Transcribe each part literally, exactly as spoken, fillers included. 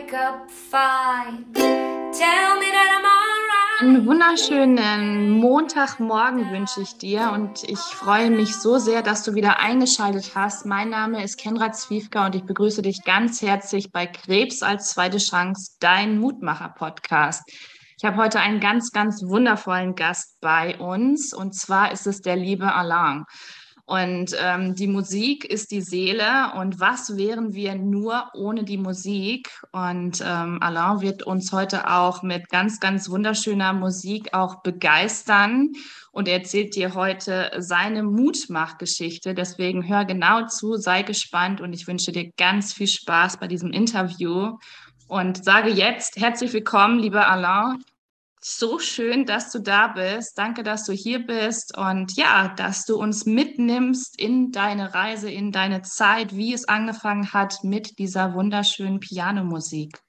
wake up fine. Tell me that I'm alright. Einen wunderschönen Montagmorgen wünsche ich dir und ich freue mich so sehr, dass du wieder eingeschaltet hast. Mein Name ist Kendra Zwiefka und ich begrüße dich ganz herzlich bei Krebs als zweite Chance, dein Mutmacher-Podcast. Ich habe heute einen ganz, ganz wundervollen Gast bei uns und zwar ist es der liebe Alain. Und ähm, die Musik ist die Seele. Und was wären wir nur ohne die Musik? Und ähm, Alain wird uns heute auch mit ganz, ganz wunderschöner Musik auch begeistern. Und er erzählt dir heute seine Mutmachgeschichte. Deswegen hör genau zu, sei gespannt und ich wünsche dir ganz viel Spaß bei diesem Interview. Und sage jetzt herzlich willkommen, lieber Alain. So schön, dass du da bist. Danke, dass du hier bist und ja, dass du uns mitnimmst in deine Reise, in deine Zeit, wie es angefangen hat mit dieser wunderschönen Pianomusik.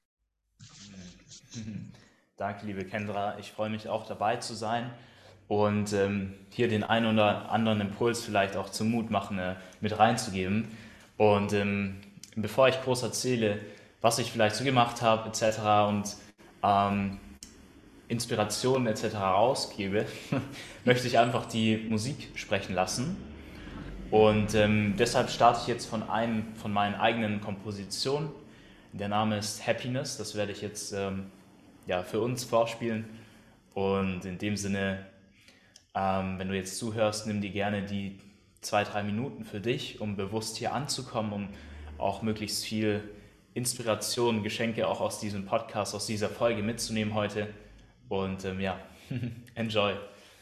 Danke, liebe Kendra. Ich freue mich auch dabei zu sein und ähm, hier den einen oder anderen Impuls vielleicht auch zum Mutmachen äh, mit reinzugeben. Und ähm, bevor ich groß erzähle, was ich vielleicht so gemacht habe et cetera und ähm, Inspirationen et cetera rausgebe, möchte ich einfach die Musik sprechen lassen. Und ähm, deshalb starte ich jetzt von einem von meinen eigenen Kompositionen. Der Name ist Happiness, das werde ich jetzt ähm, ja, für uns vorspielen. Und in dem Sinne, ähm, wenn du jetzt zuhörst, nimm dir gerne die zwei, drei Minuten für dich, um bewusst hier anzukommen, um auch möglichst viel Inspiration, Geschenke auch aus diesem Podcast, aus dieser Folge mitzunehmen heute. Und ähm, ja, enjoy.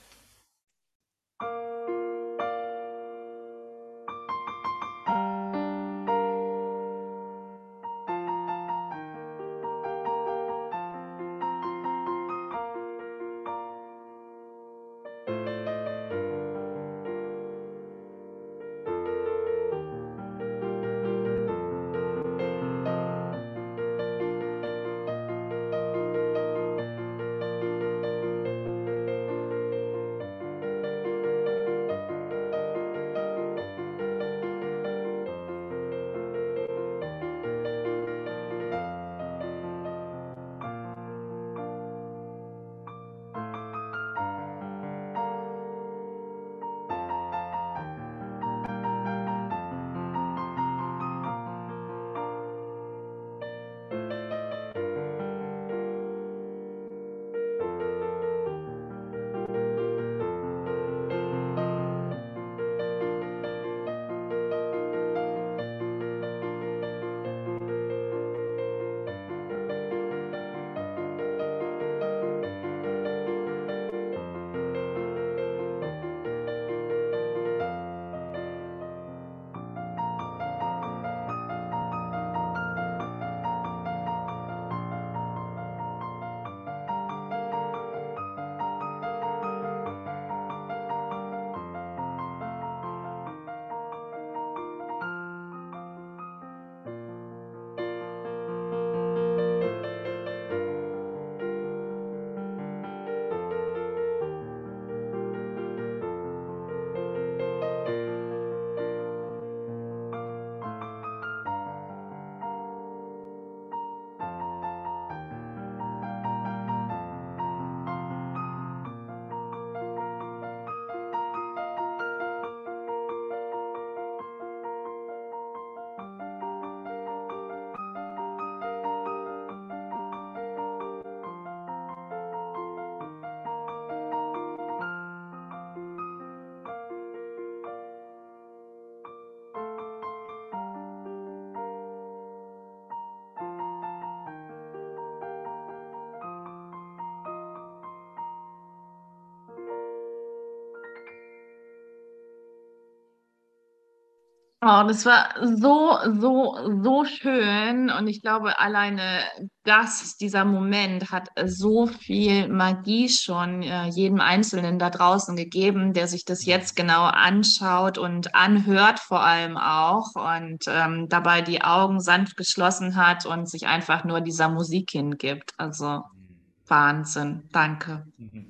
Oh, das war so, so, so schön. Und ich glaube, alleine das, dieser Moment hat so viel Magie schon äh, jedem Einzelnen da draußen gegeben, der sich das jetzt genau anschaut und anhört vor allem auch und ähm, dabei die Augen sanft geschlossen hat und sich einfach nur dieser Musik hingibt. Also Wahnsinn. Danke.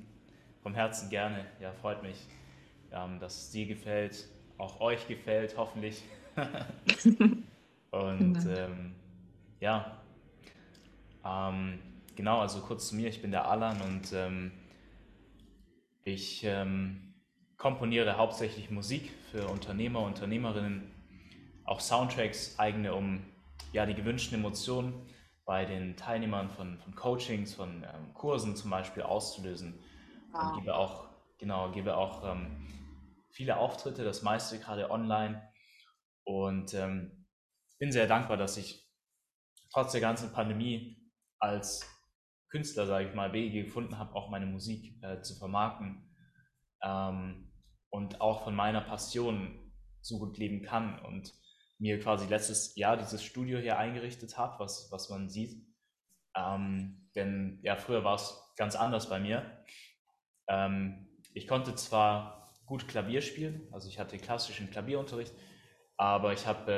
Vom Herzen gerne, ja, freut mich, ähm, dass es dir gefällt, auch euch gefällt, hoffentlich. Und Vielen Dank. ähm, ja, Ähm, genau, also kurz zu mir, ich bin der Alan und ähm, ich ähm, komponiere hauptsächlich Musik für Unternehmer, Unternehmerinnen, auch Soundtracks, eigene, um ja, die gewünschten Emotionen bei den Teilnehmern von, von Coachings, von ähm, Kursen zum Beispiel auszulösen und Wow. gebe auch, genau, gebe auch ähm, viele Auftritte, das meiste gerade online und ähm, bin sehr dankbar, dass ich trotz der ganzen Pandemie als Künstler, sage ich mal, Wege gefunden habe, auch meine Musik äh, zu vermarkten ähm, und auch von meiner Passion so gut leben kann und mir quasi letztes Jahr dieses Studio hier eingerichtet habe, was, was man sieht. Ähm, denn ja, früher war es ganz anders bei mir. Ähm, ich konnte zwar gut Klavier spielen, also ich hatte klassischen Klavierunterricht, aber ich habe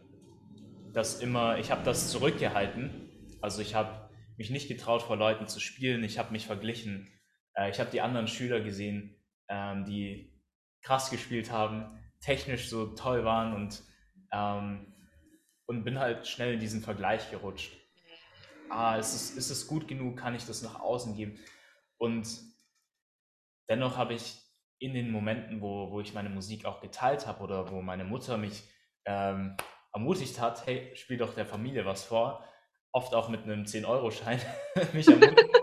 äh, das immer, ich habe das zurückgehalten. Also ich habe mich nicht getraut, vor Leuten zu spielen. Ich habe mich verglichen. Äh, ich habe die anderen Schüler gesehen, ähm, die krass gespielt haben, technisch so toll waren und, ähm, und bin halt schnell in diesen Vergleich gerutscht. Ah, ist es, ist es gut genug? Kann ich das nach außen geben? Und dennoch habe ich in den Momenten, wo, wo ich meine Musik auch geteilt habe oder wo meine Mutter mich ähm, ermutigt hat, hey, spiel doch der Familie was vor, oft auch mit einem zehn-Euro-Schein mich ermutigt.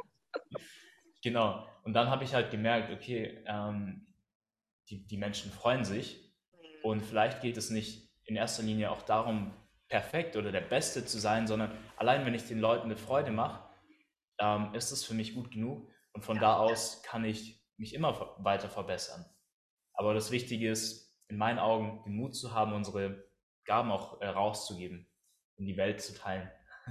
Genau. Und dann habe ich halt gemerkt, okay, ähm, die, die Menschen freuen sich und vielleicht geht es nicht in erster Linie auch darum, perfekt oder der Beste zu sein, sondern allein wenn ich den Leuten eine Freude mache, ähm, ist es für mich gut genug und von da aus kann ich mich immer ver- weiter verbessern. Aber das Wichtige ist, in meinen Augen, den Mut zu haben, unsere Gaben auch äh, rauszugeben, in die Welt zu teilen.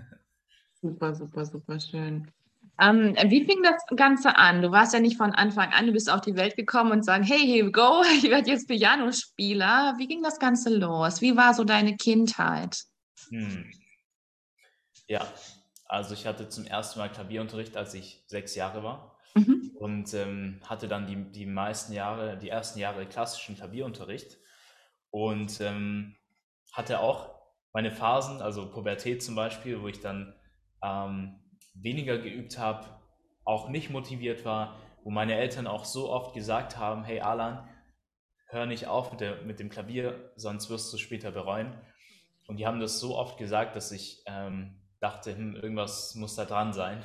Super, super, super schön. Ähm, wie fing das Ganze an? Du warst ja nicht von Anfang an, du bist auf die Welt gekommen und sagen, hey, here we go, ich werde jetzt Pianospieler. Wie ging das Ganze los? Wie war so deine Kindheit? Hm. Ja, also ich hatte zum ersten Mal Klavierunterricht, als ich sechs Jahre war Mhm. und ähm, hatte dann die, die meisten Jahre, die ersten Jahre klassischen Klavierunterricht und ähm, hatte auch meine Phasen, also Pubertät zum Beispiel, wo ich dann ähm, weniger geübt habe, auch nicht motiviert war, wo meine Eltern auch so oft gesagt haben, hey Alan, hör nicht auf mit, der, mit dem Klavier, sonst wirst du es später bereuen. Und die haben das so oft gesagt, dass ich ähm, dachte, hm, irgendwas muss da dran sein.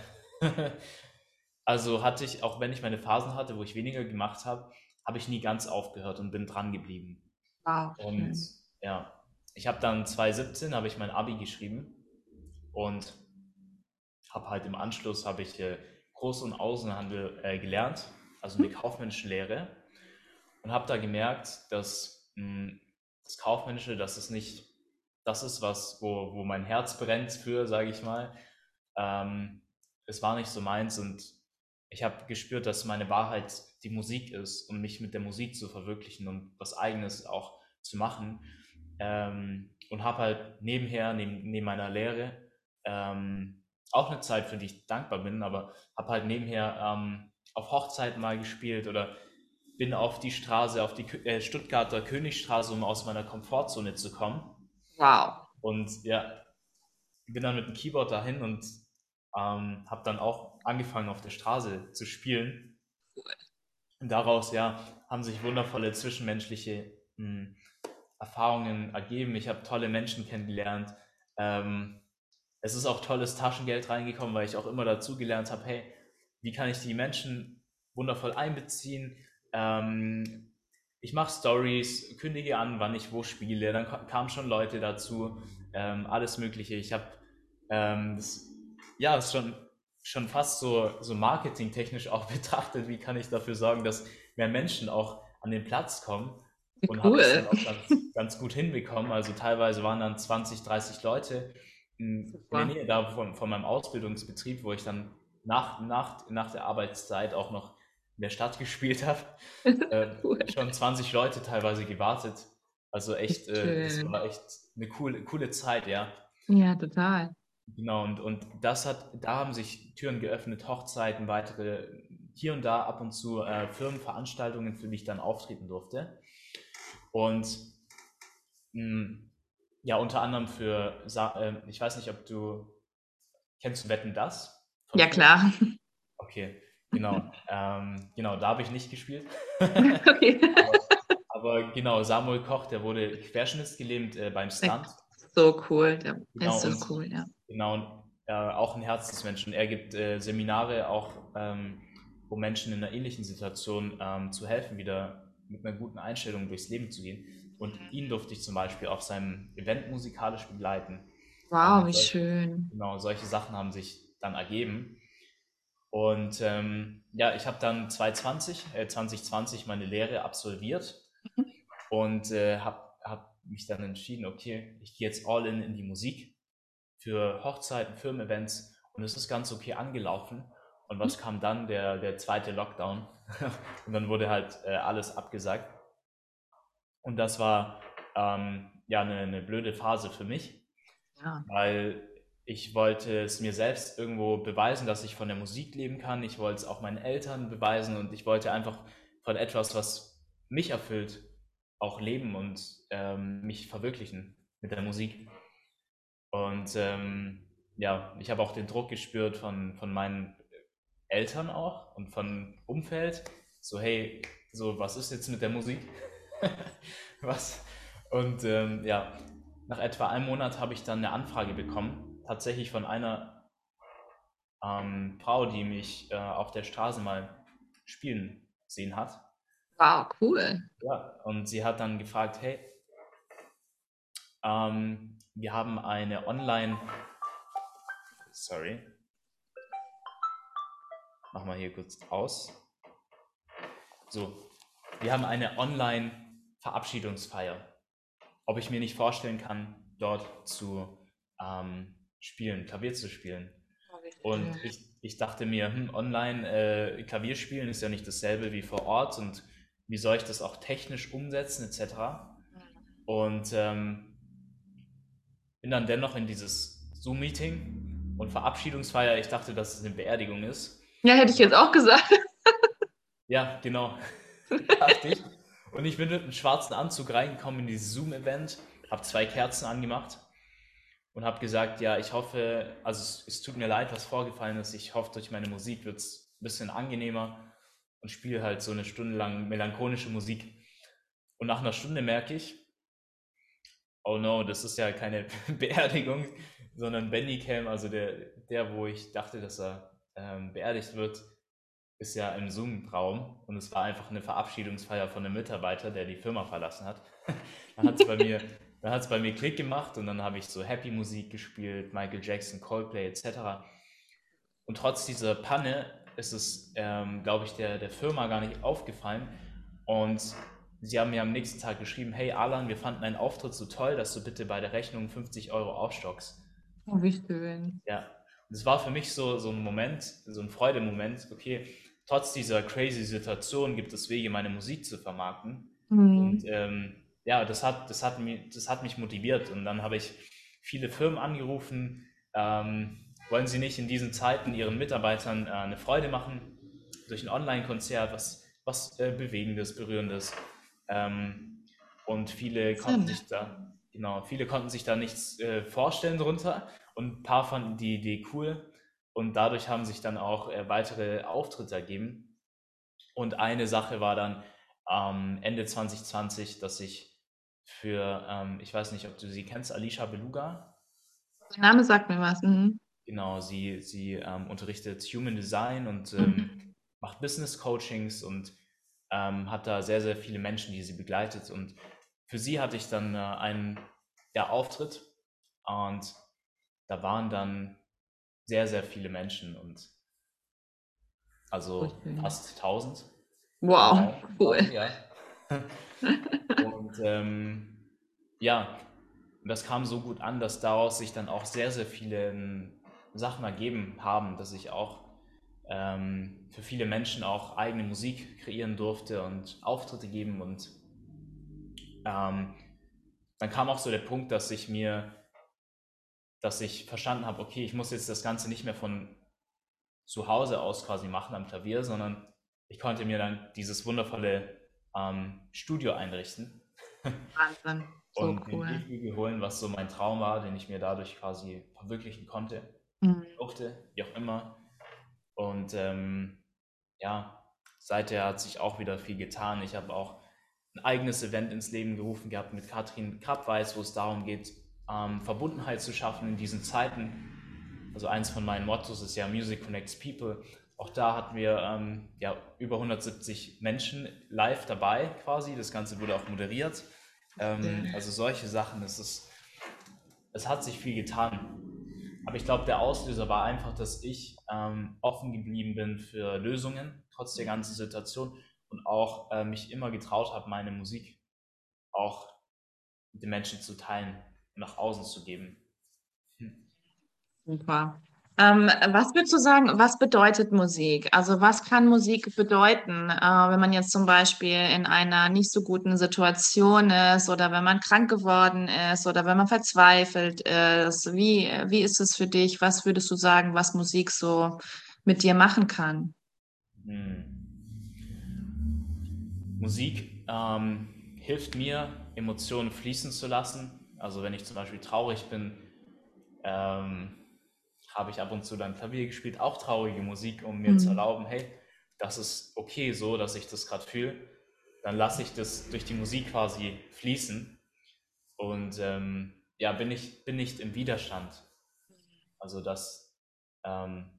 Also hatte ich, auch wenn ich meine Phasen hatte, wo ich weniger gemacht habe, habe ich nie ganz aufgehört und bin dran geblieben. Wow, Und schön. ja, ich habe dann zwanzig siebzehn habe ich mein Abi geschrieben und habe halt im Anschluss habe ich äh, Groß- und Außenhandel äh, gelernt, also eine kaufmännische Lehre und habe da gemerkt, dass mh, das Kaufmännische, dass es nicht das ist, was, wo, wo mein Herz brennt für, sage ich mal. Ähm, Es war nicht so meins und ich habe gespürt, dass meine Wahrheit die Musik ist und mich mit der Musik zu verwirklichen und was Eigenes auch zu machen. Ähm, und habe halt nebenher, neben, neben meiner Lehre, ähm, auch eine Zeit, für die ich dankbar bin, aber habe halt nebenher ähm, auf Hochzeiten mal gespielt oder bin auf die Straße, auf die äh, Stuttgarter Königstraße, um aus meiner Komfortzone zu kommen. Wow. Und ja, bin dann mit dem Keyboard dahin und ähm, habe dann auch angefangen auf der Straße zu spielen. Und daraus ja haben sich wundervolle zwischenmenschliche mh, Erfahrungen ergeben. Ich habe tolle Menschen kennengelernt. Ähm, es ist auch tolles Taschengeld reingekommen, weil ich auch immer dazu gelernt habe, hey, wie kann ich die Menschen wundervoll einbeziehen? Ähm, ich mache Stories, kündige an, wann ich wo spiele. Dann kamen schon Leute dazu, ähm, alles Mögliche. Ich habe ähm, das, ja, das ist schon, schon fast so, so marketingtechnisch auch betrachtet, wie kann ich dafür sorgen, dass mehr Menschen auch an den Platz kommen Wie und habe es cool. dann auch ganz, ganz gut hinbekommen. Also teilweise waren dann zwanzig, dreißig Leute in, in der Super. Nähe da von, von meinem Ausbildungsbetrieb, wo ich dann nach, nach, nach der Arbeitszeit auch noch in der Stadt gespielt habe. Äh, Cool. Schon zwanzig Leute teilweise gewartet. Also echt, äh, das Schön. war echt eine coole, coole Zeit, ja. Ja, total. Genau, und, und das hat, da haben sich Türen geöffnet, Hochzeiten, weitere, hier und da ab und zu äh, Firmenveranstaltungen, für die ich dann auftreten durfte. Und mh, ja, unter anderem für, Sa- äh, ich weiß nicht, ob du Kennst du Wetten, das von Ja, früher? klar. Okay, genau. Ähm, genau, da habe ich nicht gespielt. Okay. Aber, aber genau, Samuel Koch, der wurde querschnittsgelähmt äh, beim Stunt. So cool. Der, der ist Genau, so und cool, ja. genau, äh, auch ein Herzensmensch. Und er gibt äh, Seminare auch, ähm, um Menschen in einer ähnlichen Situation ähm, zu helfen, wieder mit einer guten Einstellung durchs Leben zu gehen. Und ihn durfte ich zum Beispiel auf seinem Event musikalisch begleiten. Ähm, Wow, und wie solche, schön. genau, solche Sachen haben sich dann ergeben. Und ähm, ja, ich habe dann zwanzig zwanzig, äh, zwanzig zwanzig meine Lehre absolviert und äh, habe hab mich dann entschieden, okay, ich gehe jetzt all in in die Musik für Hochzeiten, Firmen-Events und es ist ganz okay angelaufen. Und was kam dann? Der, der zweite Lockdown. Und dann wurde halt äh, alles abgesagt. Und das war ähm, ja eine, eine blöde Phase für mich, Ja. weil ich wollte es mir selbst irgendwo beweisen, dass ich von der Musik leben kann. Ich wollte es auch meinen Eltern beweisen und ich wollte einfach von etwas, was mich erfüllt, auch leben und ähm, mich verwirklichen mit der Musik. Und ähm, ja, ich habe auch den Druck gespürt von, von meinen Eltern auch und von Umfeld. So, hey, so, was ist jetzt mit der Musik? Was? Und ähm, ja, nach etwa einem Monat habe ich dann eine Anfrage bekommen, tatsächlich von einer ähm, Frau, die mich äh, auf der Straße mal spielen sehen hat. Wow, cool. Ja, und sie hat dann gefragt, hey, ähm, wir haben eine Online, sorry, mach mal hier kurz aus. So, wir haben eine Online-Verabschiedungsfeier. Ob ich mir nicht vorstellen kann, dort zu ähm, spielen, Klavier zu spielen. Oh, wie Und schön. ich, ich dachte mir, hm, online äh, Klavier spielen ist ja nicht dasselbe wie vor Ort und wie soll ich das auch technisch umsetzen et cetera. Und ähm, bin dann dennoch in dieses Zoom-Meeting und Verabschiedungsfeier. Ich dachte, dass es eine Beerdigung ist. Ja, hätte ich jetzt auch gesagt. Ja, genau, dachte ich. Und ich bin mit einem schwarzen Anzug reingekommen in dieses Zoom-Event, habe zwei Kerzen angemacht und habe gesagt, ja, ich hoffe, also es, es tut mir leid, was vorgefallen ist. Ich hoffe, durch meine Musik wird es ein bisschen angenehmer und spiele halt so eine Stunde lang melancholische Musik. Und nach einer Stunde merke ich, oh no, das ist ja keine Beerdigung, sondern Benny Cam, also der, der, wo ich dachte, dass er ähm, beerdigt wird, ist ja im Zoom-Raum und es war einfach eine Verabschiedungsfeier von einem Mitarbeiter, der die Firma verlassen hat. Dann hat es bei mir, dann hat es bei mir Klick gemacht und dann habe ich so Happy-Musik gespielt, Michael Jackson, Coldplay et cetera. Und trotz dieser Panne ist es, ähm, glaube ich, der, der Firma gar nicht aufgefallen. Und sie haben mir am nächsten Tag geschrieben, hey Alan, wir fanden deinen Auftritt so toll, dass du bitte bei der Rechnung fünfzig Euro aufstockst. Oh, wie schön. Ja, und es war für mich so, so ein Moment, so ein Freudemoment, okay, trotz dieser crazy Situation gibt es Wege, meine Musik zu vermarkten. Und Mhm. ähm, ja, das hat, das, hat mich, das hat mich motiviert. Und dann habe ich viele Firmen angerufen, ähm, wollen sie nicht in diesen Zeiten ihren Mitarbeitern äh, eine Freude machen durch ein Online-Konzert, was, was äh, Bewegendes, Berührendes. Ähm, und viele konnten Sinn. sich da, genau, viele konnten sich da nichts äh, vorstellen drunter und ein paar fanden die Idee cool und dadurch haben sich dann auch äh, weitere Auftritte ergeben. Und eine Sache war dann ähm, Ende zwanzig zwanzig, dass ich für, ähm, ich weiß nicht, ob du sie kennst, Alicia Beluga. Der Name sagt mir was. Mhm. Genau, sie, sie ähm, unterrichtet Human Design und ähm, Mhm. macht Business Coachings und ähm, hat da sehr, sehr viele Menschen, die sie begleitet. Und für sie hatte ich dann äh, einen ja, Auftritt und da waren dann sehr, sehr viele Menschen und So also schön. fast tausend Wow, genau cool. quasi, ja. Und ähm, ja, und das kam so gut an, dass daraus sich dann auch sehr, sehr viele ähm, Sachen ergeben haben, dass ich auch ähm, für viele Menschen auch eigene Musik kreieren durfte und Auftritte geben. Und ähm, dann kam auch so der Punkt, dass ich mir, dass ich verstanden habe, okay, ich muss jetzt das Ganze nicht mehr von zu Hause aus quasi machen am Klavier, sondern ich konnte mir dann dieses wundervolle ähm, Studio einrichten Wahnsinn. So und den cool. E-Flügel holen, was so mein Traum war, den ich mir dadurch quasi verwirklichen konnte. Mhm. durfte, wie auch immer. Und ähm, ja, seither hat sich auch wieder viel getan. Ich habe auch ein eigenes Event ins Leben gerufen gehabt mit Katrin Krabweis, wo es darum geht, ähm, Verbundenheit zu schaffen in diesen Zeiten. Also eins von meinen Mottos ist ja Music Connects People. Auch da hatten wir ähm, ja, über hundertsiebzig Menschen live dabei quasi. Das Ganze wurde auch moderiert. Ähm, also solche Sachen, es, ist, es hat sich viel getan. Aber ich glaube, der Auslöser war einfach, dass ich ähm, offen geblieben bin für Lösungen, trotz der ganzen Situation und auch äh, mich immer getraut habe, meine Musik auch mit den Menschen zu teilen und nach außen zu geben. Hm. Super. Ähm, was würdest du sagen, was bedeutet Musik? Also was kann Musik bedeuten, äh, wenn man jetzt zum Beispiel in einer nicht so guten Situation ist oder wenn man krank geworden ist oder wenn man verzweifelt ist? Wie, wie ist es für dich? Was würdest du sagen, was Musik so mit dir machen kann? Hm. Musik ähm, hilft mir, Emotionen fließen zu lassen. Also wenn ich zum Beispiel traurig bin, ähm, habe ich ab und zu dann Klavier gespielt, auch traurige Musik, um mir zu Mhm. erlauben, hey, das ist okay so, dass ich das gerade fühle. Dann lasse ich das durch die Musik quasi fließen und ähm, ja, bin ich bin nicht im Widerstand. Also das, ähm,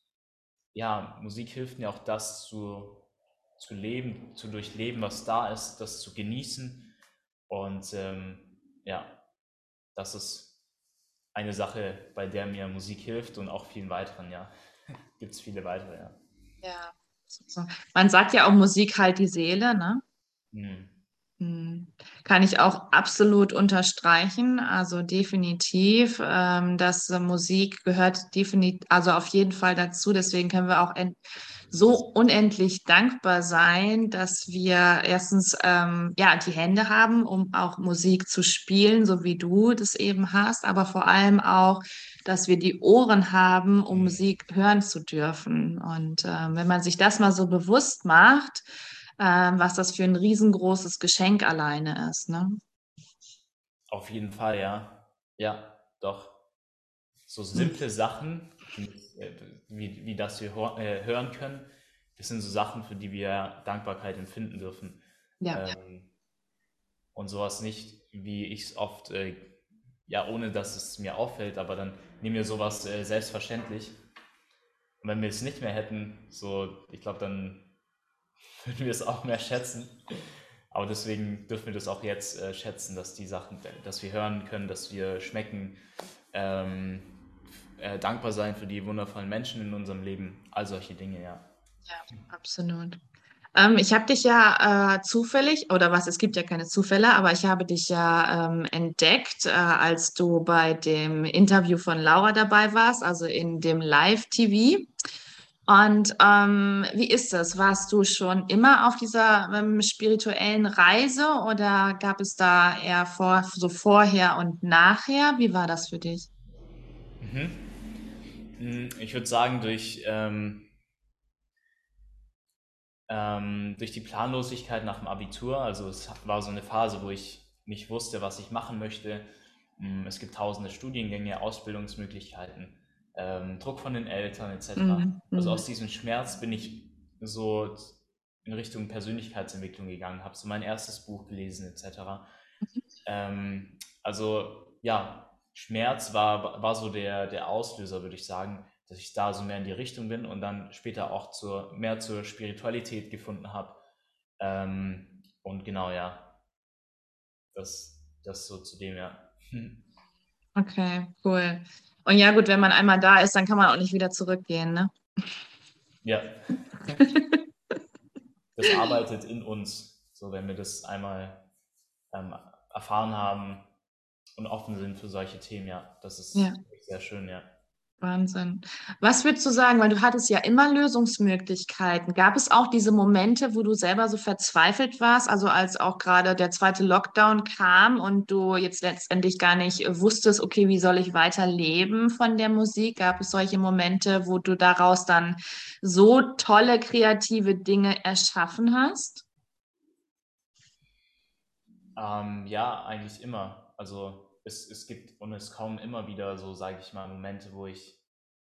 ja, Musik hilft mir auch das zu, zu leben, zu durchleben, was da ist, das zu genießen und ähm, ja, das ist eine Sache, bei der mir Musik hilft und auch vielen weiteren, ja. Gibt es viele weitere, ja. Ja. So. Man sagt ja auch Musik halt die Seele, ne? Hm. Hm. Kann ich auch absolut unterstreichen. Also definitiv, ähm, dass äh, Musik gehört definitiv, also auf jeden Fall dazu. Deswegen können wir auch en so unendlich dankbar sein, dass wir erstens ähm, ja die Hände haben, um auch Musik zu spielen, so wie du das eben hast, aber vor allem auch, dass wir die Ohren haben, um Hm. Musik hören zu dürfen. Und ähm, wenn man sich das mal so bewusst macht, ähm, was das für ein riesengroßes Geschenk alleine ist, ne? Auf jeden Fall, ja. Ja, doch. So Hm. simple Sachen, die, äh, wie, wie das wir hor- äh, hören können, das sind so Sachen, für die wir Dankbarkeit empfinden dürfen. Ja, Ähm, und sowas nicht, wie ich es oft, äh, ja, ohne dass es mir auffällt, aber dann nehmen wir sowas äh, selbstverständlich. Und wenn wir es nicht mehr hätten, so, ich glaube, dann würden wir es auch mehr schätzen. Aber deswegen dürfen wir das auch jetzt äh, schätzen, dass die Sachen, dass wir hören können, dass wir schmecken, ähm, äh, dankbar sein für die wundervollen Menschen in unserem Leben, all solche Dinge, ja. ja, absolut. Ähm, ich habe dich ja äh, zufällig, oder was, es gibt ja keine Zufälle, aber ich habe dich ja ähm, entdeckt, äh, als du bei dem Interview von Laura dabei warst, also in dem Live-T V. Und ähm, wie ist das? Warst du schon immer auf dieser ähm, spirituellen Reise oder gab es da eher vor, so vorher und nachher? Wie war das für dich? Mm, Ich würde sagen, durch, ähm, ähm, durch die Planlosigkeit nach dem Abitur, also es war so eine Phase, wo ich nicht wusste, was ich machen möchte. Mm, Es gibt tausende Studiengänge, Ausbildungsmöglichkeiten, ähm, Druck von den Eltern et cetera. Mhm. Also Mhm. aus diesem Schmerz bin ich so in Richtung Persönlichkeitsentwicklung gegangen, habe so mein erstes Buch gelesen et cetera. Ähm, also ja, Schmerz war, war so der, der Auslöser, würde ich sagen, dass ich da so mehr in die Richtung bin und dann später auch zur, mehr zur Spiritualität gefunden habe. Ähm, und genau, ja, das, das so zu dem, ja. Okay, cool. Und ja, gut, wenn man einmal da ist, dann kann man auch nicht wieder zurückgehen, ne? Ja, das arbeitet in uns, so wenn wir das einmal ähm, erfahren haben und offen sind für solche Themen, ja, das Ja. ist sehr schön, ja. Wahnsinn. Was würdest du sagen, weil du hattest ja immer Lösungsmöglichkeiten. Gab es auch diese Momente, wo du selber so verzweifelt warst, also als auch gerade der zweite Lockdown kam und du jetzt letztendlich gar nicht wusstest, okay, wie soll ich weiter leben von der Musik? Gab es solche Momente, wo du daraus dann so tolle kreative Dinge erschaffen hast? Ähm, ja, eigentlich immer. Also es, es gibt und es kommen immer wieder so, sage ich mal, Momente, wo ich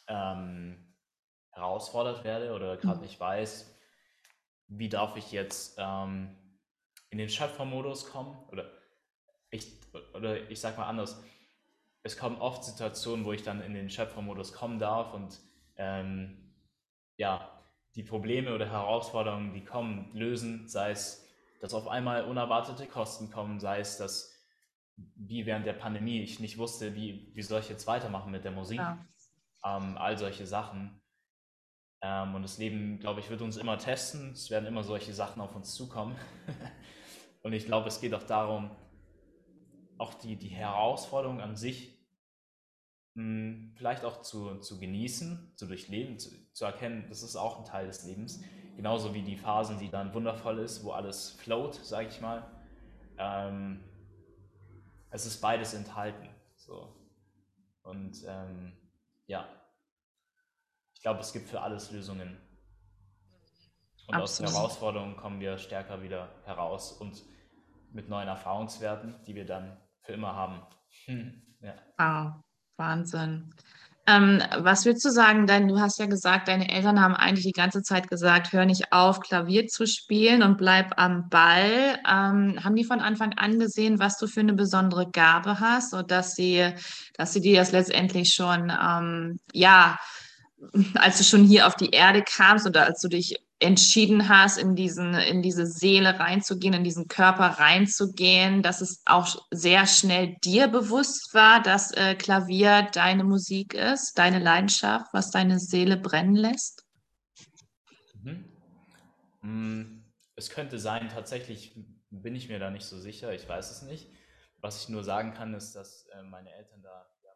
ähm, herausfordert werde oder gerade Mhm. nicht weiß, wie darf ich jetzt ähm, in den Schöpfermodus kommen oder ich, oder ich sag mal anders, es kommen oft Situationen, wo ich dann in den Schöpfermodus kommen darf und ähm, ja, die Probleme oder Herausforderungen, die kommen, lösen, sei es, dass auf einmal unerwartete Kosten kommen, sei es, dass wie während der Pandemie ich nicht wusste, wie, wie soll ich jetzt weitermachen mit der Musik, Ja, ähm, all solche Sachen. Ähm, und das Leben, glaube ich, wird uns immer testen, es werden immer solche Sachen auf uns zukommen. Und ich glaube, es geht auch darum, auch die, die Herausforderung an sich mh, vielleicht auch zu, zu genießen, zu durchleben, zu, zu erkennen, das ist auch ein Teil des Lebens. Genauso wie die Phasen, die dann wundervoll ist, wo alles float, sage ich mal. Ähm, es ist beides enthalten. So. Und ähm, ja, ich glaube, es gibt für alles Lösungen. Und aus absolut. Herausforderungen kommen wir stärker wieder heraus und mit neuen Erfahrungswerten, die wir dann für immer haben. Hm, ja. Wow, Wahnsinn. Ähm, was würdest du sagen, denn du hast ja gesagt, deine Eltern haben eigentlich die ganze Zeit gesagt, hör nicht auf, Klavier zu spielen und bleib am Ball. Ähm, haben die von Anfang an gesehen, was du für eine besondere Gabe hast und dass sie, dass sie dir das letztendlich schon, ähm, ja, als du schon hier auf die Erde kamst oder als du dich entschieden hast, in diesen, in diese Seele reinzugehen, in diesen Körper reinzugehen, dass es auch sehr schnell dir bewusst war, dass äh, Klavier deine Musik ist, deine Leidenschaft, was deine Seele brennen lässt? Mhm. Mm, Es könnte sein, tatsächlich bin ich mir da nicht so sicher, ich weiß es nicht. Was ich nur sagen kann, ist, dass äh, meine Eltern da. Ja,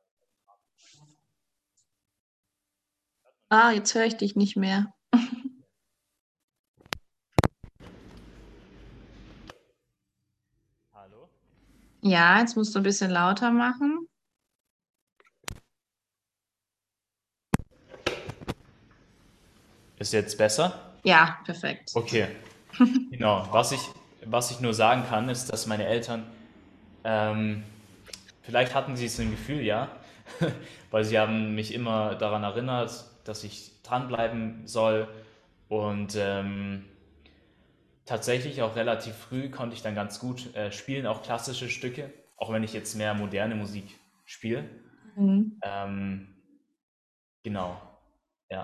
Ah, jetzt höre ich dich nicht mehr. hallo? Ja, jetzt musst du ein bisschen lauter machen. Ist jetzt besser? Ja, perfekt. Okay, genau. Was ich, was ich nur sagen kann, ist, dass meine Eltern, ähm, vielleicht hatten sie es im Gefühl, ja, weil sie haben mich immer daran erinnert, dass ich dranbleiben soll und ähm, tatsächlich auch relativ früh konnte ich dann ganz gut äh, spielen, auch klassische Stücke, auch wenn ich jetzt mehr moderne Musik spiele. Mhm. Ähm, genau, ja,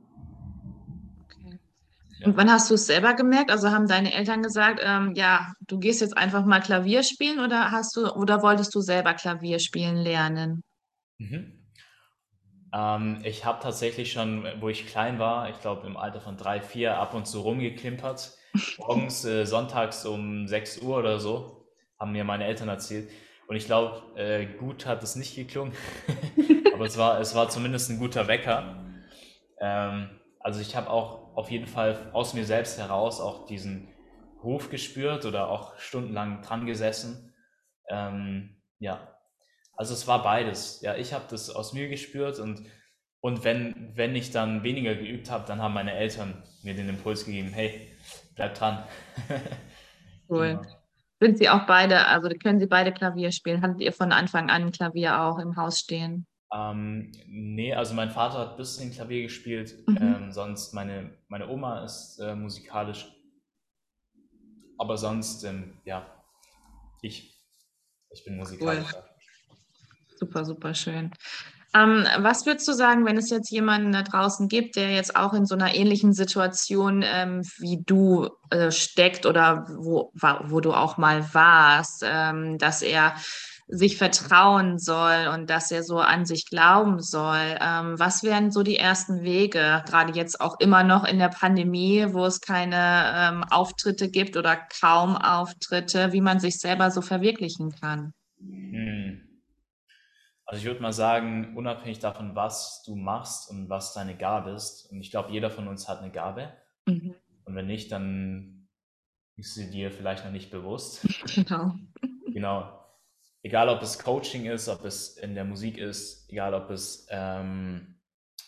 Okay. ja. Und wann hast du es selber gemerkt? Also haben deine Eltern gesagt, ähm, ja, du gehst jetzt einfach mal Klavier spielen oder hast du oder wolltest du selber Klavier spielen lernen? Mhm. Ähm, ich habe tatsächlich schon, wo ich klein war, ich glaube im Alter von drei, vier, ab und zu rumgeklimpert. Morgens, äh, sonntags um sechs Uhr oder so, haben mir meine Eltern erzählt. Und ich glaube, äh, gut hat es nicht geklungen, aber es war, es war zumindest ein guter Wecker. Ähm, also ich habe auch auf jeden Fall aus mir selbst heraus auch diesen Ruf gespürt oder auch stundenlang dran gesessen. Ähm, ja, also es war beides. Ja, ich habe das aus mir gespürt und, und wenn, wenn ich dann weniger geübt habe, dann haben meine Eltern mir den Impuls gegeben, hey, bleib dran. Cool. Genau. Sind sie auch beide, also können sie beide Klavier spielen? Hattet ihr von Anfang an ein Klavier auch im Haus stehen? Ähm, nee, also mein Vater hat ein bisschen Klavier gespielt, Mhm. ähm, sonst meine, meine Oma ist äh, musikalisch, aber sonst, ähm, ja, ich, ich bin Cool. musikalischer. Super, super schön. Ähm, was würdest du sagen, wenn es jetzt jemanden da draußen gibt, der jetzt auch in so einer ähnlichen Situation ähm, wie du äh, steckt oder wo, wa- wo du auch mal warst, ähm, dass er sich vertrauen soll und dass er so an sich glauben soll? Ähm, was wären so die ersten Wege, gerade jetzt auch immer noch in der Pandemie, wo es keine ähm, Auftritte gibt oder kaum Auftritte, wie man sich selber so verwirklichen kann? Hm. Also ich würde mal sagen, unabhängig davon, was du machst und was deine Gabe ist, und ich glaube, jeder von uns hat eine Gabe, Mhm. und wenn nicht, dann ist sie dir vielleicht noch nicht bewusst. Genau. Genau. Egal, ob es Coaching ist, ob es in der Musik ist, egal, ob es, ähm,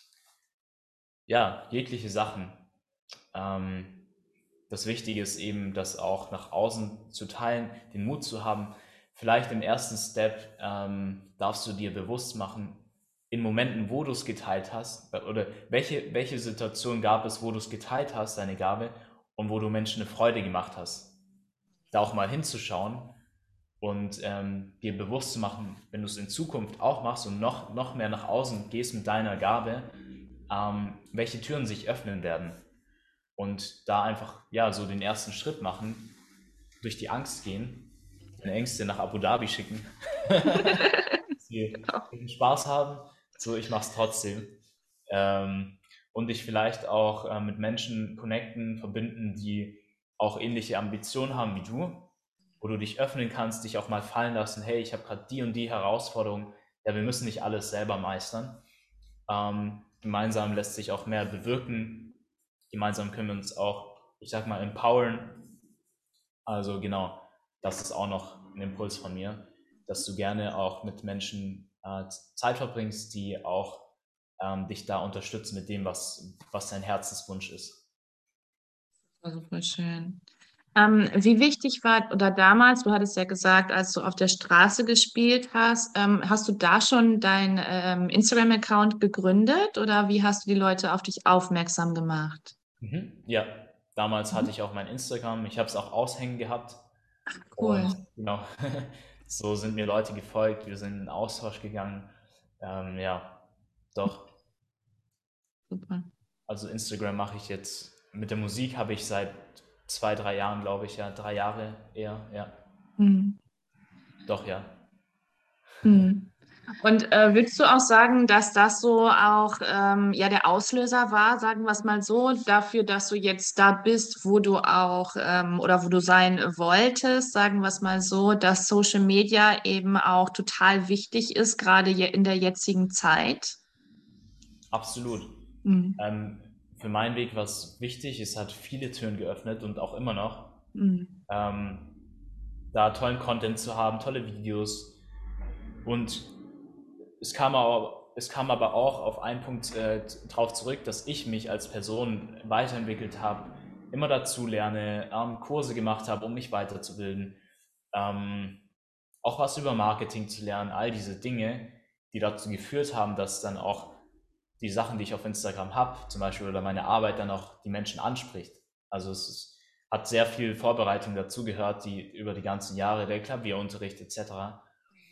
ja, jegliche Sachen. Ähm, das Wichtige ist eben, das auch nach außen zu teilen, den Mut zu haben. Vielleicht im ersten Step ähm, darfst du dir bewusst machen, in Momenten, wo du es geteilt hast, oder welche, welche Situation gab es, wo du es geteilt hast, deine Gabe, und wo du Menschen eine Freude gemacht hast, da auch mal hinzuschauen und ähm, dir bewusst zu machen, wenn du es in Zukunft auch machst und noch, noch mehr nach außen gehst mit deiner Gabe, ähm, welche Türen sich öffnen werden. Und da einfach, ja, so den ersten Schritt machen, durch die Angst gehen, deine Ängste nach Abu Dhabi schicken, sie den Spaß haben, so ich mach's trotzdem. Ähm, und dich vielleicht auch äh, mit Menschen connecten, verbinden, die auch ähnliche Ambitionen haben wie du, wo du dich öffnen kannst, dich auch mal fallen lassen, hey, ich habe gerade die und die Herausforderung, ja, wir müssen nicht alles selber meistern. Ähm, gemeinsam lässt sich auch mehr bewirken, gemeinsam können wir uns auch, ich sag mal, empowern. Also genau, das ist auch noch ein Impuls von mir, dass du gerne auch mit Menschen äh, Zeit verbringst, die auch ähm, dich da unterstützen mit dem, was, was dein Herzenswunsch ist. war super schön. Ähm, wie wichtig war, oder damals, du hattest ja gesagt, als du auf der Straße gespielt hast, ähm, hast du da schon deinen ähm, Instagram-Account gegründet oder wie hast du die Leute auf dich aufmerksam gemacht? Mhm. Ja, damals hatte Mhm. ich auch mein Instagram, ich habe es auch aushängen gehabt und Cool. genau, so sind mir Leute gefolgt, wir sind in Austausch gegangen. Ähm, ja, doch. Super. Also Instagram mache ich jetzt, mit der Musik habe ich seit zwei, drei Jahren, glaube ich, ja, drei Jahre eher, ja, Mhm. doch, ja. Mhm. Und äh, würdest du auch sagen, dass das so auch ähm, ja der Auslöser war, sagen wir es mal so, dafür, dass du jetzt da bist, wo du auch ähm, oder wo du sein wolltest, sagen wir es mal so, dass Social Media eben auch total wichtig ist, gerade je- in der jetzigen Zeit? Absolut. Mhm. Ähm, für meinen Weg war es wichtig, es hat viele Türen geöffnet und auch immer noch, Mhm. ähm, da tollen Content zu haben, tolle Videos und es kam aber, es kam aber auch auf einen Punkt äh, drauf zurück, dass ich mich als Person weiterentwickelt habe, immer dazu lerne, ähm, Kurse gemacht habe, um mich weiterzubilden, ähm, auch was über Marketing zu lernen, all diese Dinge, die dazu geführt haben, dass dann auch die Sachen, die ich auf Instagram habe, zum Beispiel, oder meine Arbeit dann auch die Menschen anspricht. Also es ist, hat sehr viel Vorbereitung dazugehört, die über die ganzen Jahre, der Klavierunterricht et cetera.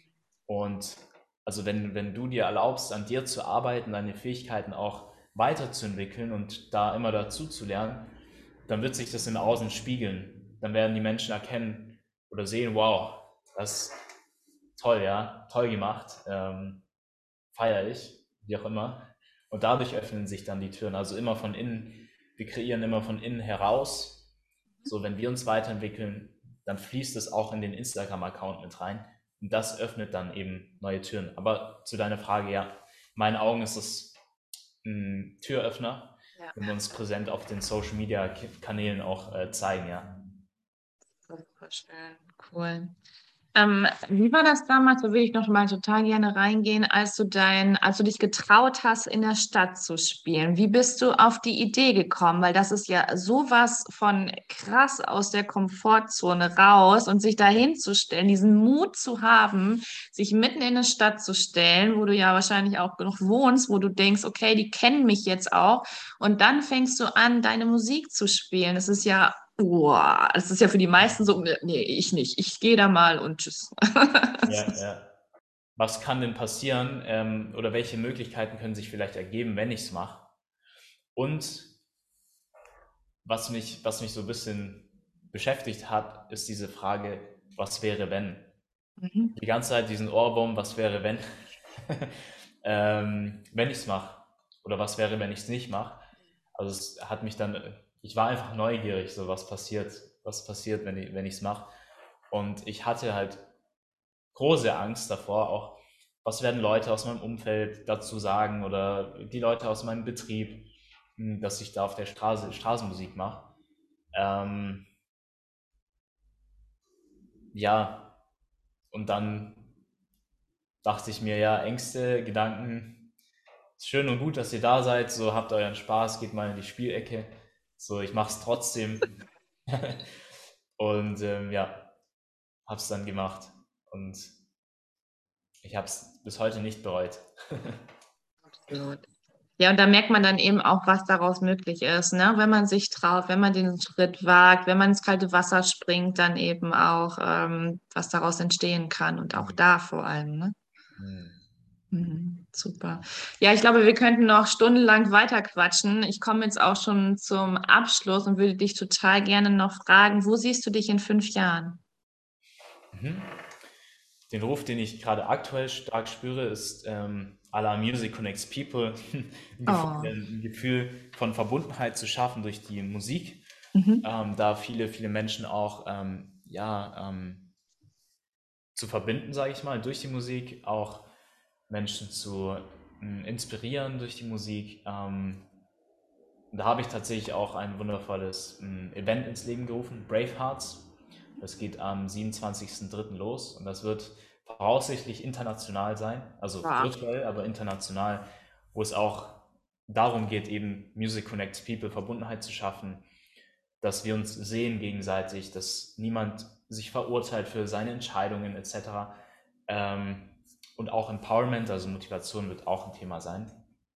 Und also wenn, wenn du dir erlaubst, an dir zu arbeiten, deine Fähigkeiten auch weiterzuentwickeln und da immer dazu zu lernen, dann wird sich das im Außen spiegeln. Dann werden die Menschen erkennen oder sehen, wow, das ist toll, ja, toll gemacht, ähm, feiere ich, wie auch immer. Und dadurch öffnen sich dann die Türen. Also immer von innen, wir kreieren immer von innen heraus. So, wenn wir uns weiterentwickeln, dann fließt es auch in den Instagram-Account mit rein. Und das öffnet dann eben neue Türen. Aber zu deiner Frage, ja, in meinen Augen ist es ein Türöffner, Ja, wenn wir uns präsent auf den Social-Media-Kanälen auch äh, zeigen, ja. super schön. Cool. Ähm, wie war das damals? Da würde ich noch mal total gerne reingehen, als du dein, als du dich getraut hast, in der Stadt zu spielen. Wie bist du auf die Idee gekommen? Weil das ist ja sowas von krass aus der Komfortzone raus und sich dahin zu stellen, diesen Mut zu haben, sich mitten in eine Stadt zu stellen, wo du ja wahrscheinlich auch noch wohnst, wo du denkst, okay, die kennen mich jetzt auch. Und dann fängst du an, deine Musik zu spielen. Das ist ja Boah, das ist ja für die meisten so, nee, ich nicht. Ich gehe da mal und tschüss. Ja, ja. Was kann denn passieren ähm, oder welche Möglichkeiten können sich vielleicht ergeben, wenn ich es mache? Und was mich, was mich so ein bisschen beschäftigt hat, ist diese Frage, was wäre, wenn? Mhm. Die ganze Zeit diesen Ohrwurm, was wäre, wenn? ähm, wenn ich es mache? Oder was wäre, wenn ich es nicht mache? Also es hat mich dann, ich war einfach neugierig, so was passiert, was passiert, wenn ich, wenn ich es mache. Und ich hatte halt große Angst davor, auch was werden Leute aus meinem Umfeld dazu sagen oder die Leute aus meinem Betrieb, hm, dass ich da auf der Straße Straßenmusik mache. Ähm, ja, und dann dachte ich mir, ja, Ängste, Gedanken, ist schön und gut, dass ihr da seid, so habt euren Spaß, geht mal in die Spielecke, so ich mache es trotzdem. Und ähm, ja, hab's dann gemacht und ich habe es bis heute nicht bereut. Absolut. Ja, und da merkt man dann eben auch, was daraus möglich ist, ne? Wenn man sich traut, wenn man den Schritt wagt, wenn man ins kalte Wasser springt, dann eben auch, ähm, was daraus entstehen kann und auch Mhm. da vor allem, ne? Mhm. Mhm, super. Ja, ich glaube, wir könnten noch stundenlang weiter quatschen. Ich komme jetzt auch schon zum Abschluss und würde dich total gerne noch fragen, wo siehst du dich in fünf Jahren? Mhm. Den Ruf, den ich gerade aktuell stark spüre, ist ähm, à la Music Connects People, ein Gefühl, Oh, ein Gefühl von Verbundenheit zu schaffen durch die Musik, mhm. ähm, da viele, viele Menschen auch ähm, ja, ähm, zu verbinden, sage ich mal, durch die Musik, auch Menschen zu ähm, inspirieren durch die Musik. Ähm, und da habe ich tatsächlich auch ein wundervolles ähm, Event ins Leben gerufen, Bravehearts. Das geht am siebenundzwanzigsten dritten los und das wird voraussichtlich international sein, also Wow. virtuell, aber international, wo es auch darum geht, eben Music Connects People, Verbundenheit zu schaffen, dass wir uns sehen gegenseitig, dass niemand sich verurteilt für seine Entscheidungen et cetera. Ähm, und auch Empowerment, also Motivation wird auch ein Thema sein.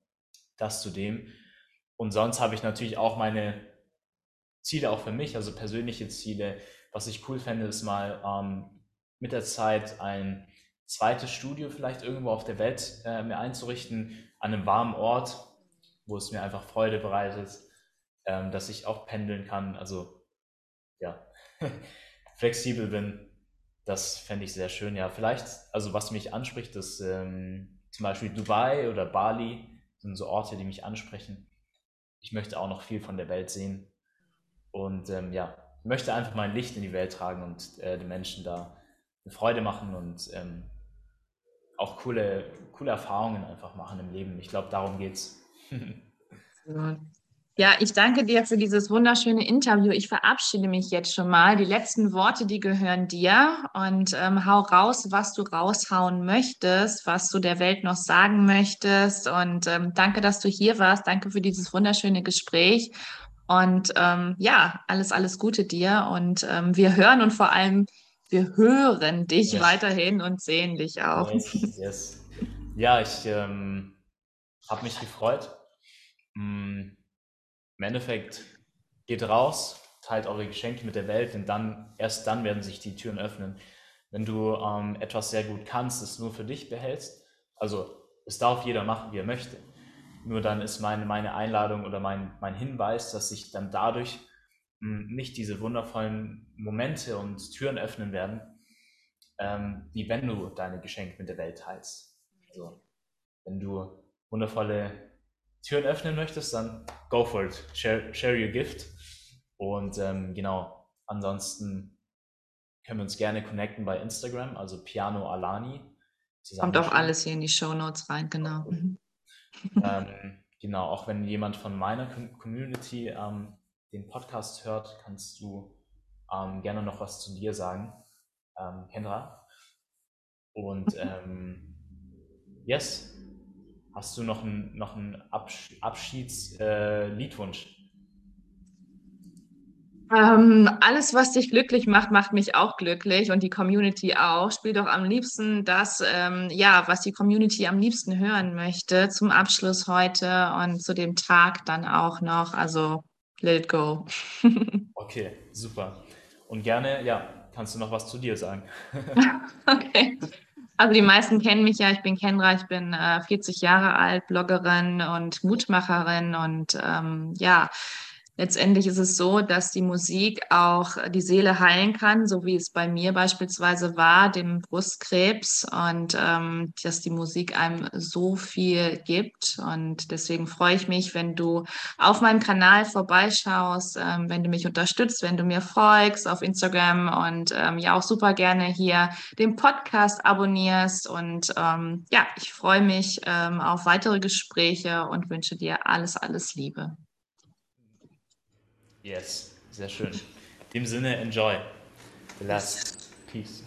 Das zudem. Und sonst habe ich natürlich auch meine Ziele auch für mich, also persönliche Ziele. Was ich cool fände, ist mal ähm, mit der Zeit ein zweites Studio vielleicht irgendwo auf der Welt äh, mir einzurichten, an einem warmen Ort, wo es mir einfach Freude bereitet, ähm, dass ich auch pendeln kann, also ja, flexibel bin. Das fände ich sehr schön. Ja, vielleicht, also was mich anspricht, ist ähm, zum Beispiel Dubai oder Bali, sind so Orte, die mich ansprechen. Ich möchte auch noch viel von der Welt sehen und ähm, ja, möchte einfach mein Licht in die Welt tragen und äh, den Menschen da eine Freude machen und ähm, auch coole, coole Erfahrungen einfach machen im Leben. Ich glaube, darum geht's. Ja. Ja, ich danke dir für dieses wunderschöne Interview. Ich verabschiede mich jetzt schon mal. Die letzten Worte, die gehören dir. Und ähm, hau raus, was du raushauen möchtest, was du der Welt noch sagen möchtest. Und ähm, danke, dass du hier warst. Danke für dieses wunderschöne Gespräch. Und ähm, ja, alles, alles Gute dir. Und ähm, wir hören und vor allem, wir hören dich Yes, weiterhin und sehen dich auch. yes, yes. Ja, ich ähm, habe mich gefreut. Mm, Im Endeffekt geht raus, teilt eure Geschenke mit der Welt, denn dann, erst dann werden sich die Türen öffnen. Wenn du ähm, etwas sehr gut kannst, es nur für dich behältst, also es darf jeder machen, wie er möchte. Nur dann ist meine, meine Einladung oder mein, mein Hinweis, dass sich dann dadurch mh, nicht diese wundervollen Momente und Türen öffnen werden, ähm, wie wenn du deine Geschenke mit der Welt teilst. Also wenn du wundervolle Türen öffnen möchtest, dann go for it. Share, share your gift. Und ähm, genau, ansonsten können wir uns gerne connecten bei Instagram, also Piano Alani Kommt auch zusammengeschrieben. alles hier in die Shownotes rein, genau. Mhm. Ähm, genau, auch wenn jemand von meiner Community ähm, den Podcast hört, kannst du ähm, gerne noch was zu dir sagen, ähm, Kendra. Und ähm, yes, hast du noch einen noch einen Absch Abschiedsliedwunsch? Äh, Liedwunsch? Ähm, alles, was dich glücklich macht, macht mich auch glücklich und die Community auch. Spiel doch am liebsten das, ähm, ja, was die Community am liebsten hören möchte, zum Abschluss heute und zu dem Tag dann auch noch. Also, let it go. Okay, super. Und gerne, ja, kannst du noch was zu dir sagen? Okay. Also die meisten kennen mich ja. Ich bin Kendra, ich bin äh, vierzig Jahre alt, Bloggerin und Mutmacherin. Und ähm, ja, letztendlich ist es so, dass die Musik auch die Seele heilen kann, so wie es bei mir beispielsweise war, dem Brustkrebs. Und ähm, dass die Musik einem so viel gibt. Und deswegen freue ich mich, wenn du auf meinem Kanal vorbeischaust, ähm, wenn du mich unterstützt, wenn du mir folgst auf Instagram und ähm, ja auch super gerne hier den Podcast abonnierst. Und ähm, ja, ich freue mich ähm, auf weitere Gespräche und wünsche dir alles, alles Liebe. Yes, sehr schön. In dem Sinne, enjoy the Yes. last piece.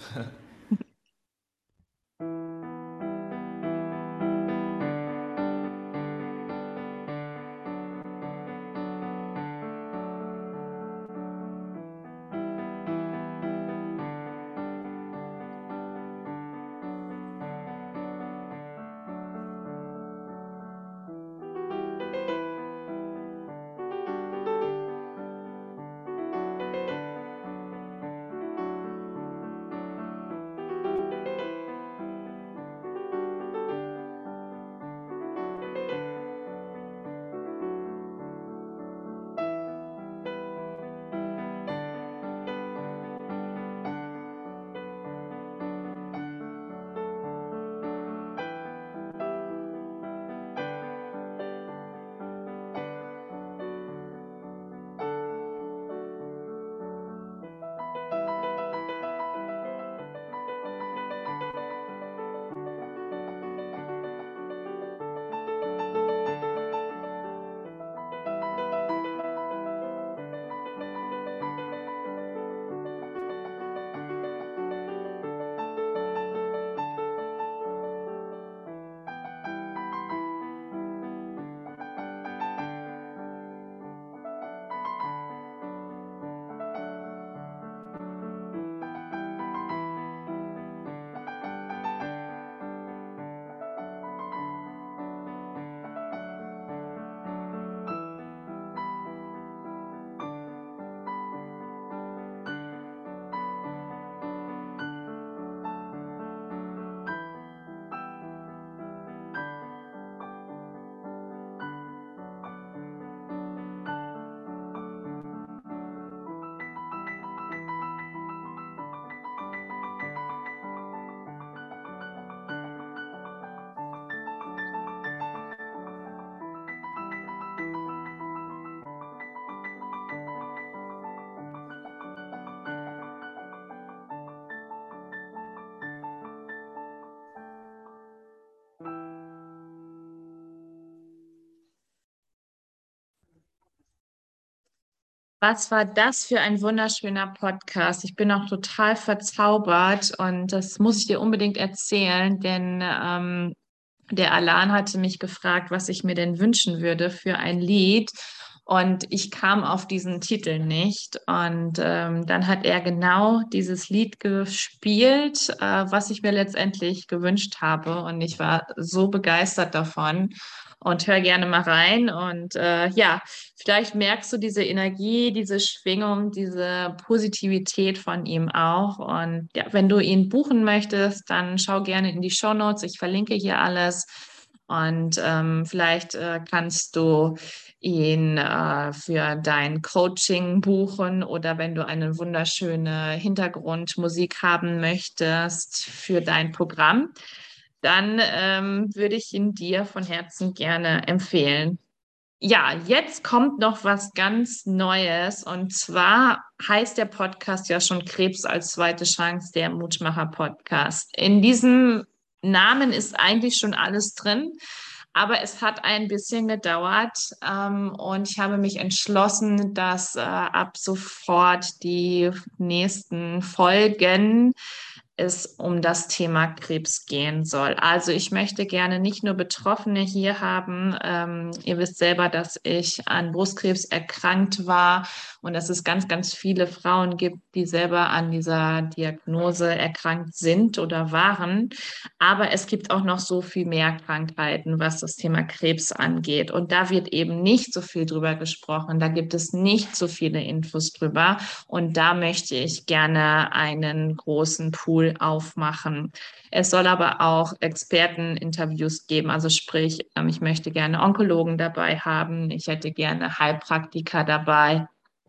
Was war das für ein wunderschöner Podcast? Ich bin auch total verzaubert und das muss ich dir unbedingt erzählen, denn ähm, der Alan hatte mich gefragt, was ich mir denn wünschen würde für ein Lied. Und ich kam auf diesen Titel nicht. Und ähm, dann hat er genau dieses Lied gespielt, äh, was ich mir letztendlich gewünscht habe. Und ich war so begeistert davon. Und hör gerne mal rein. Und äh, ja, vielleicht merkst du diese Energie, diese Schwingung, diese Positivität von ihm auch. Und ja, wenn du ihn buchen möchtest, dann schau gerne in die Shownotes. Ich verlinke hier alles. Und ähm, vielleicht äh, kannst du ihn äh, für dein Coaching buchen oder wenn du eine wunderschöne Hintergrundmusik haben möchtest für dein Programm, dann ähm, würde ich ihn dir von Herzen gerne empfehlen. Ja, jetzt kommt noch was ganz Neues und zwar heißt der Podcast ja schon Krebs als zweite Chance, der Mutmacher Podcast. In diesem Namen ist eigentlich schon alles drin, aber es hat ein bisschen gedauert ähm, und ich habe mich entschlossen, dass äh, ab sofort die nächsten Folgen es um das Thema Krebs gehen soll. Also ich möchte gerne nicht nur Betroffene hier haben. Ähm, ihr wisst selber, dass ich an Brustkrebs erkrankt war und dass es ganz, ganz viele Frauen gibt, die selber an dieser Diagnose erkrankt sind oder waren. Aber es gibt auch noch so viel mehr Krankheiten, was das Thema Krebs angeht. Und da wird eben nicht so viel drüber gesprochen. Da gibt es nicht so viele Infos drüber. Und da möchte ich gerne einen großen Pool aufmachen. Es soll aber auch Experteninterviews geben. Also sprich, ähm, ich möchte gerne Onkologen dabei haben. Ich hätte gerne Heilpraktiker dabei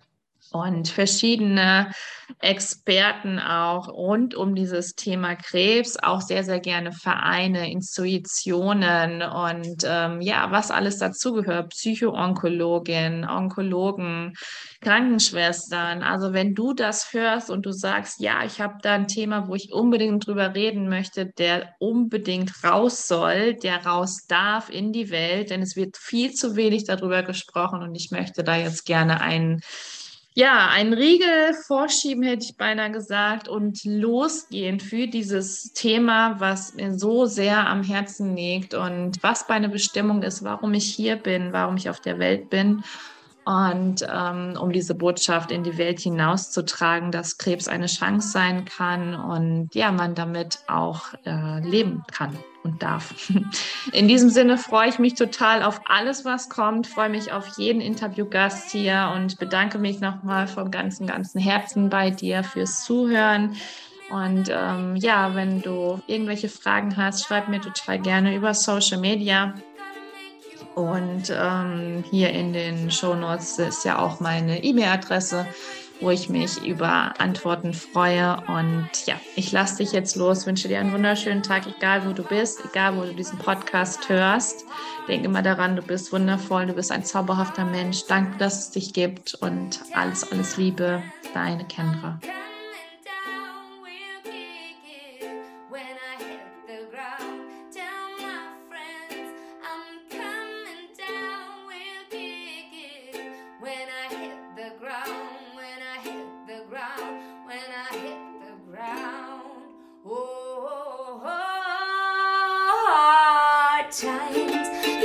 und verschiedene Experten auch rund um dieses Thema Krebs, auch sehr, sehr gerne Vereine, Institutionen und ähm, ja, was alles dazugehört, Psychoonkologin, Onkologen, Krankenschwestern. Also wenn du das hörst und du sagst, ja, ich habe da ein Thema, wo ich unbedingt drüber reden möchte, der unbedingt raus soll, der raus darf in die Welt, denn es wird viel zu wenig darüber gesprochen und ich möchte da jetzt gerne einen ja, einen Riegel vorschieben, hätte ich beinahe gesagt, und losgehen für dieses Thema, was mir so sehr am Herzen liegt und was meine Bestimmung ist, warum ich hier bin, warum ich auf der Welt bin. Und ähm, um diese Botschaft in die Welt hinauszutragen, dass Krebs eine Chance sein kann und ja, man damit auch äh, leben kann und darf. In diesem Sinne freue ich mich total auf alles, was kommt, freue mich auf jeden Interviewgast hier und bedanke mich nochmal vom ganzen, ganzen Herzen bei dir fürs Zuhören. Und ähm, ja, wenn du irgendwelche Fragen hast, schreib mir total gerne über Social Media. Und ähm, hier in den Shownotes ist ja auch meine E-Mail-Adresse, wo ich mich über Antworten freue. Und ja, ich lasse dich jetzt los, wünsche dir einen wunderschönen Tag, egal wo du bist, egal wo du diesen Podcast hörst. Denk immer daran, du bist wundervoll, du bist ein zauberhafter Mensch. Danke, dass es dich gibt und alles, alles Liebe, deine Kendra. Times